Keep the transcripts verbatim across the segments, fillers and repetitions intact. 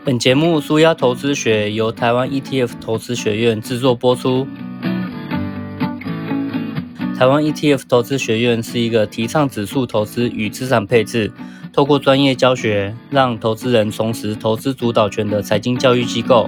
本节目舒压投资学由台湾 E T F 投资学院制作播出。台湾 E T F 投资学院是一个提倡指数投资与资产配置，透过专业教学，让投资人重拾投资主导权的财经教育机构。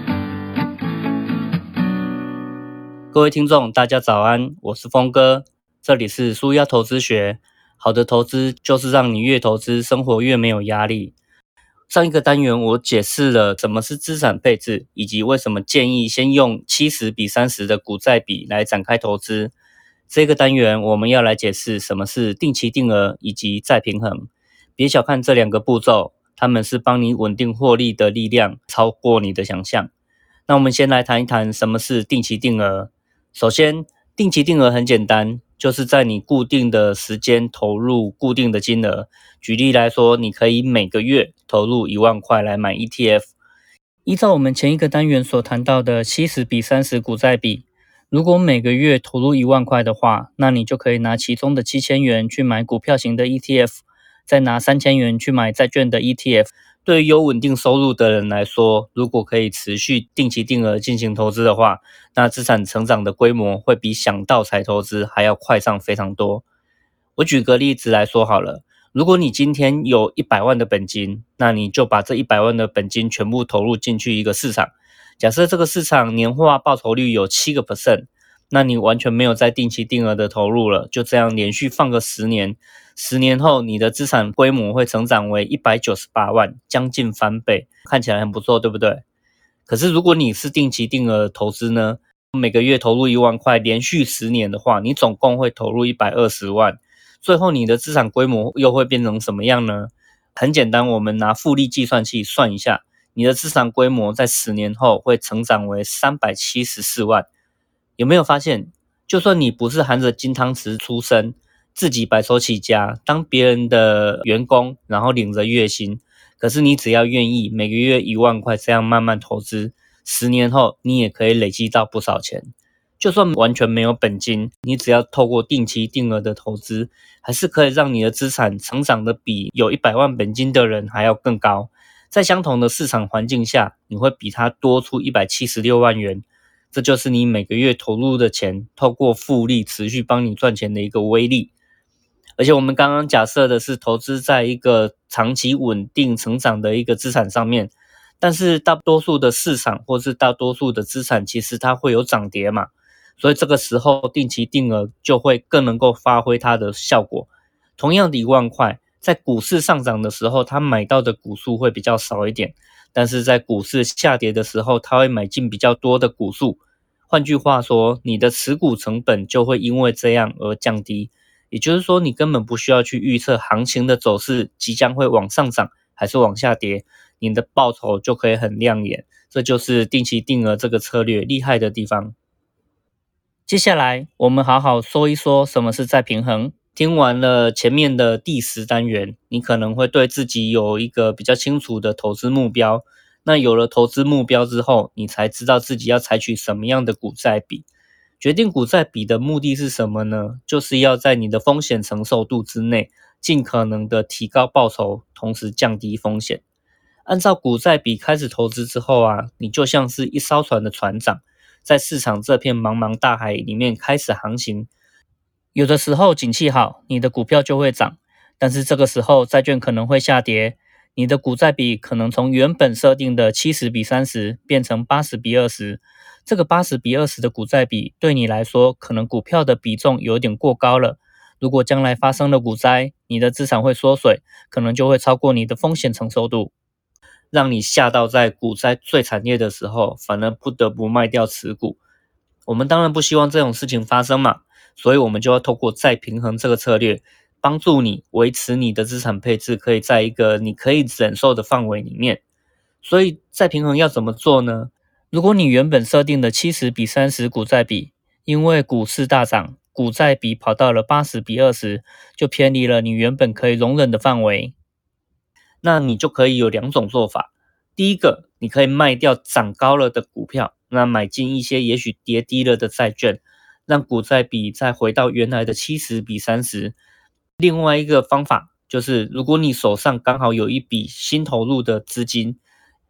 各位听众，大家早安，我是峰哥，这里是舒压投资学。好的投资就是让你越投资，生活越没有压力。上一个单元我解释了什么是资产配置，以及为什么建议先用七十比三十的股债比来展开投资。这个单元我们要来解释什么是定期定额以及再平衡。别小看这两个步骤，它们是帮你稳定获利的力量，超过你的想象。那我们先来谈一谈什么是定期定额。首先，定期定额很简单，就是在你固定的时间投入固定的金额。举例来说，你可以每个月投入一万块来买 E T F。依照我们前一个单元所谈到的七十比三十股债比，如果每个月投入一万块的话，那你就可以拿其中的七千元去买股票型的 E T F， 再拿三千元去买债券的 E T F。对于有稳定收入的人来说，如果可以持续定期定额进行投资的话，那资产成长的规模会比想到才投资还要快上非常多。我举个例子来说好了，如果你今天有一百万的本金，那你就把这一百万的本金全部投入进去一个市场。假设这个市场年化报酬率有 百分之七， 那你完全没有再定期定额的投入了，就这样连续放个十年，十年后你的资产规模会成长为一百九十八万，将近翻倍，看起来很不错，对不对？可是如果你是定期定额投资呢，每个月投入一万块，连续十年的话，你总共会投入一百二十万，最后你的资产规模又会变成什么样呢？很简单，我们拿复利计算器算一下，你的资产规模在十年后会成长为三百七十四万。有没有发现，就算你不是含着金汤匙出生，自己白手起家，当别人的员工，然后领着月薪，可是你只要愿意每个月一万块这样慢慢投资，十年后你也可以累积到不少钱。就算完全没有本金，你只要透过定期定额的投资，还是可以让你的资产成长的比有一百万本金的人还要更高。在相同的市场环境下，你会比他多出一百七十六万元。这就是你每个月投入的钱，透过复利持续帮你赚钱的一个威力。而且我们刚刚假设的是投资在一个长期稳定成长的一个资产上面，但是大多数的市场或是大多数的资产其实它会有涨跌嘛，所以这个时候定期定额就会更能够发挥它的效果。同样的一万块，在股市上涨的时候，它买到的股数会比较少一点，但是在股市下跌的时候，它会买进比较多的股数。换句话说，你的持股成本就会因为这样而降低。也就是说，你根本不需要去预测行情的走势即将会往上涨还是往下跌，你的报酬就可以很亮眼。这就是定期定额这个策略厉害的地方。接下来我们好好说一说什么是再平衡。听完了前面的第十单元，你可能会对自己有一个比较清楚的投资目标。那有了投资目标之后，你才知道自己要采取什么样的股债比。决定股债比的目的是什么呢？就是要在你的风险承受度之内，尽可能的提高报酬，同时降低风险。按照股债比开始投资之后啊，你就像是一艘船的船长，在市场这片茫茫大海里面开始航行。有的时候景气好，你的股票就会涨，但是这个时候债券可能会下跌，你的股债比可能从原本设定的七十比三十变成八十比二十。这个八十比二十的股债比对你来说，可能股票的比重有点过高了。如果将来发生了股灾，你的资产会缩水，可能就会超过你的风险承受度，让你吓到在股灾最惨烈的时候，反而不得不卖掉持股。我们当然不希望这种事情发生嘛，所以我们就要透过再平衡这个策略，帮助你维持你的资产配置可以在一个你可以忍受的范围里面。所以再平衡要怎么做呢？如果你原本设定的七十比三十股债比，因为股市大涨，股债比跑到了八十比二十，就偏离了你原本可以容忍的范围。那你就可以有两种做法。第一个，你可以卖掉涨高了的股票，那买进一些也许跌低了的债券，让股债比再回到原来的七十比三十。另外一个方法就是，如果你手上刚好有一笔新投入的资金，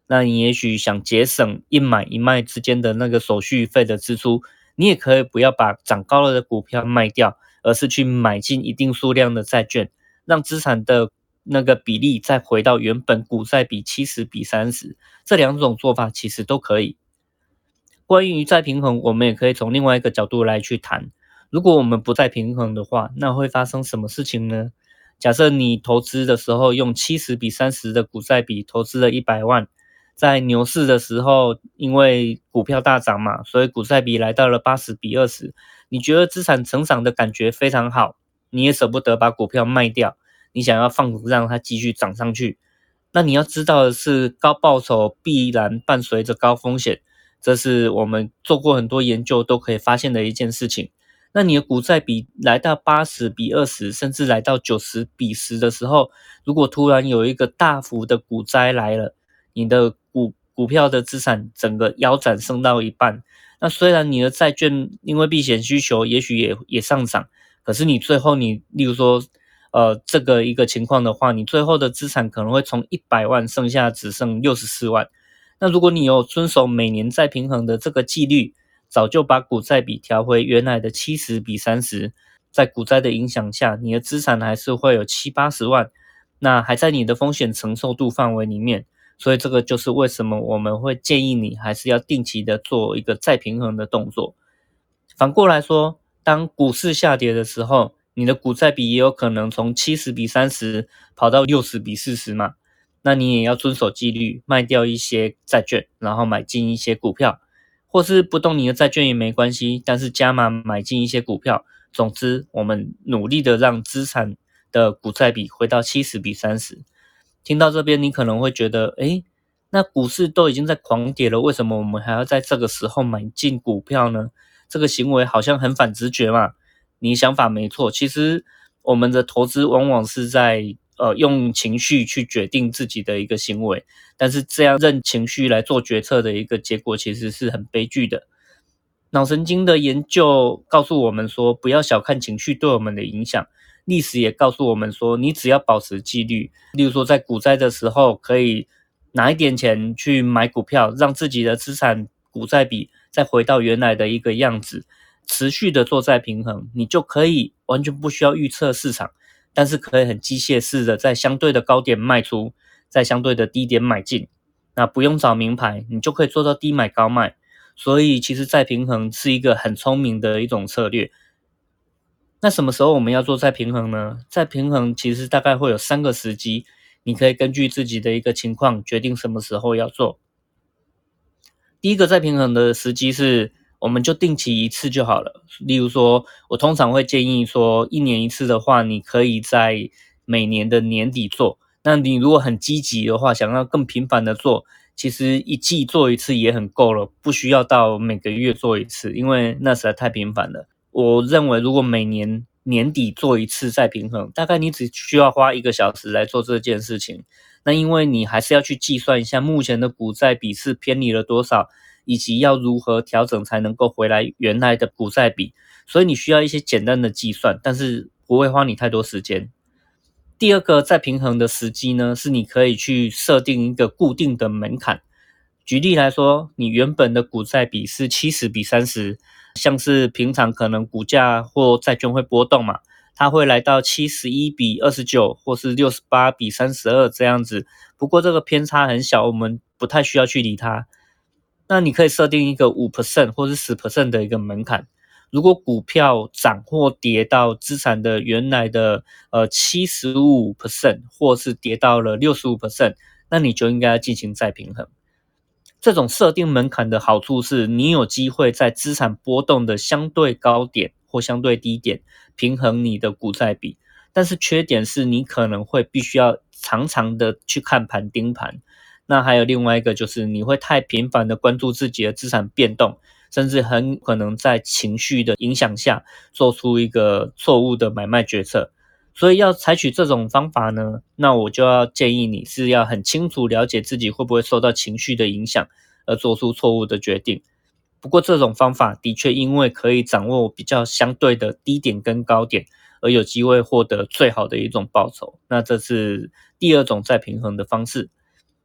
那你也许想节省一买一卖之间的那个手续费的支出，你也可以不要把涨高了的股票卖掉，而是去买进一定数量的债券，让资产的那个比例再回到原本股债比七十比三十，这两种做法其实都可以。关于再平衡，我们也可以从另外一个角度来去谈。如果我们不再平衡的话，那会发生什么事情呢？假设你投资的时候用七十比三十的股债比投资了一百万，在牛市的时候，因为股票大涨嘛，所以股债比来到了八十比二十，你觉得资产成长的感觉非常好，你也舍不得把股票卖掉，你想要放着让它继续涨上去。那你要知道的是，高报酬必然伴随着高风险，这是我们做过很多研究都可以发现的一件事情。那你的股债比来到八十比二十，甚至来到九十比十的时候，如果突然有一个大幅的股灾来了，你的股股票的资产整个腰斩升到一半，那虽然你的债券因为避险需求也许也也上涨，可是你最后你例如说呃这个一个情况的话，你最后的资产可能会从一百万剩下只剩六十四万。那如果你有遵守每年再平衡的这个纪律，早就把股债比调回原来的七十比三十，在股灾的影响下，你的资产还是会有七八十万，那还在你的风险承受度范围里面。所以这个就是为什么我们会建议你还是要定期的做一个再平衡的动作。反过来说，当股市下跌的时候，你的股债比也有可能从七十比三十跑到六十比四十嘛，那你也要遵守纪律，卖掉一些债券，然后买进一些股票，或是不动你的债券也没关系，但是加码买进一些股票。总之，我们努力的让资产的股债比回到七十比三十。听到这边，你可能会觉得，诶，那股市都已经在狂跌了，为什么我们还要在这个时候买进股票呢？这个行为好像很反直觉嘛。你想法没错，其实我们的投资往往是在呃用情绪去决定自己的一个行为，但是这样任情绪来做决策的一个结果其实是很悲剧的。脑神经的研究告诉我们说，不要小看情绪对我们的影响。历史也告诉我们说，你只要保持纪律，例如说在股灾的时候，可以拿一点钱去买股票，让自己的资产股债比再回到原来的一个样子，持续的做再平衡，你就可以完全不需要预测市场，但是可以很机械式的在相对的高点卖出，在相对的低点买进，那不用找名牌，你就可以做到低买高卖。所以其实再平衡是一个很聪明的一种策略。那什么时候我们要做再平衡呢？再平衡其实大概会有三个时机，你可以根据自己的一个情况决定什么时候要做。第一个再平衡的时机是，我们就定期一次就好了。例如说，我通常会建议说，一年一次的话，你可以在每年的年底做。那你如果很积极的话，想要更频繁的做，其实一季做一次也很够了，不需要到每个月做一次，因为那实在太频繁了。我认为如果每年年底做一次再平衡，大概你只需要花一个小时来做这件事情。那因为你还是要去计算一下目前的股债比是偏离了多少，以及要如何调整才能够回来原来的股债比，所以你需要一些简单的计算，但是不会花你太多时间。第二个再平衡的时机呢，是你可以去设定一个固定的门槛。举例来说，你原本的股债比是七十比三十，像是平常可能股价或债券会波动嘛，它会来到七十一比二十九或是六十八比三十二这样子，不过这个偏差很小，我们不太需要去理它。那你可以设定一个 百分之五 或是 百分之十 的一个门槛。如果股票涨或跌到资产的原来的呃 百分之七十五 或是跌到了 百分之六十五， 那你就应该要进行再平衡。这种设定门槛的好处是，你有机会在资产波动的相对高点或相对低点平衡你的股债比，但是缺点是你可能会必须要常常的去看盘盯盘。那还有另外一个就是你会太频繁的关注自己的资产变动，甚至很可能在情绪的影响下做出一个错误的买卖决策。所以要采取这种方法呢，那我就要建议你是要很清楚了解自己会不会受到情绪的影响而做出错误的决定。不过这种方法的确因为可以掌握比较相对的低点跟高点，而有机会获得最好的一种报酬。那这是第二种再平衡的方式。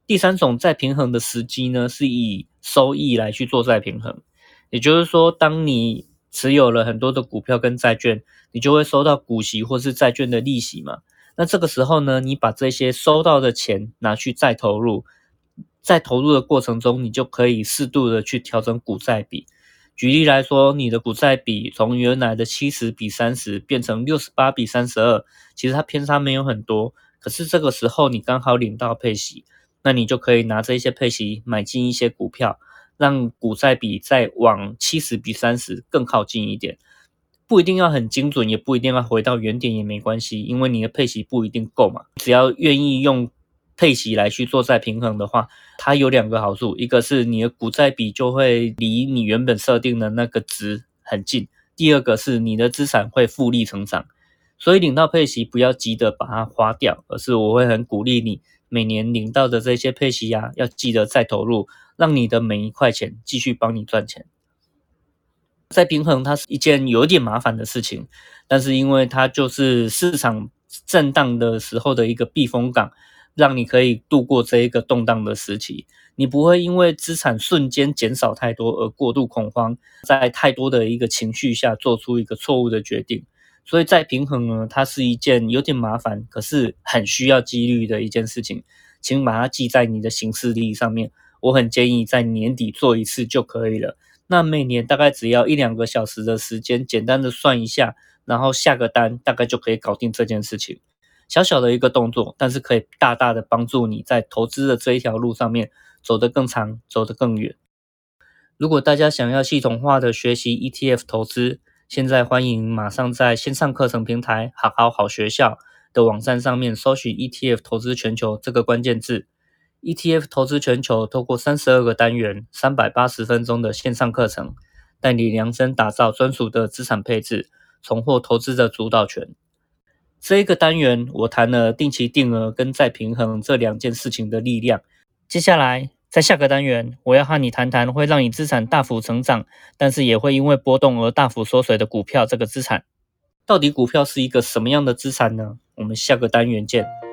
第三种再平衡的时机呢，是以收益来去做再平衡。也就是说，当你持有了很多的股票跟债券，你就会收到股息或是债券的利息嘛。那这个时候呢，你把这些收到的钱拿去再投入，在投入的过程中，你就可以适度的去调整股债比。举例来说，你的股债比从原来的七十比三十变成六十八比三十二，其实它偏差没有很多，可是这个时候你刚好领到配息，那你就可以拿这些配息买进一些股票，让股债比再往七十比三十更靠近一点。不一定要很精准，也不一定要回到原点也没关系，因为你的配息不一定够嘛。只要愿意用配息来去做再平衡的话，它有两个好处，一个是你的股债比就会离你原本设定的那个值很近，第二个是你的资产会复利成长。所以领到配息不要急着把它花掉，而是我会很鼓励你每年领到的这些配息啊，要记得再投入，让你的每一块钱继续帮你赚钱。再平衡它是一件有点麻烦的事情，但是因为它就是市场震荡的时候的一个避风港，让你可以度过这一个动荡的时期。你不会因为资产瞬间减少太多而过度恐慌，在太多的一个情绪下做出一个错误的决定。所以再平衡呢，它是一件有点麻烦，可是很需要纪律的一件事情，请把它记在你的行事历上面。我很建议在年底做一次就可以了。那每年大概只要一两个小时的时间，简单的算一下，然后下个单，大概就可以搞定这件事情。小小的一个动作，但是可以大大的帮助你在投资的这一条路上面走得更长，走得更远。如果大家想要系统化的学习 E T F 投资，现在欢迎马上在线上课程平台好好好学校的网站上面搜寻 E T F 投资全球这个关键字。E T F 投资全球透过三十二个单元三百八十分钟的线上课程，带你量身打造专属的资产配置，重获投资的主导权。这一个单元我谈了定期定额跟再平衡这两件事情的力量。接下来在下个单元，我要和你谈谈会让你资产大幅成长，但是也会因为波动而大幅缩水的股票这个资产。到底股票是一个什么样的资产呢？我们下个单元见。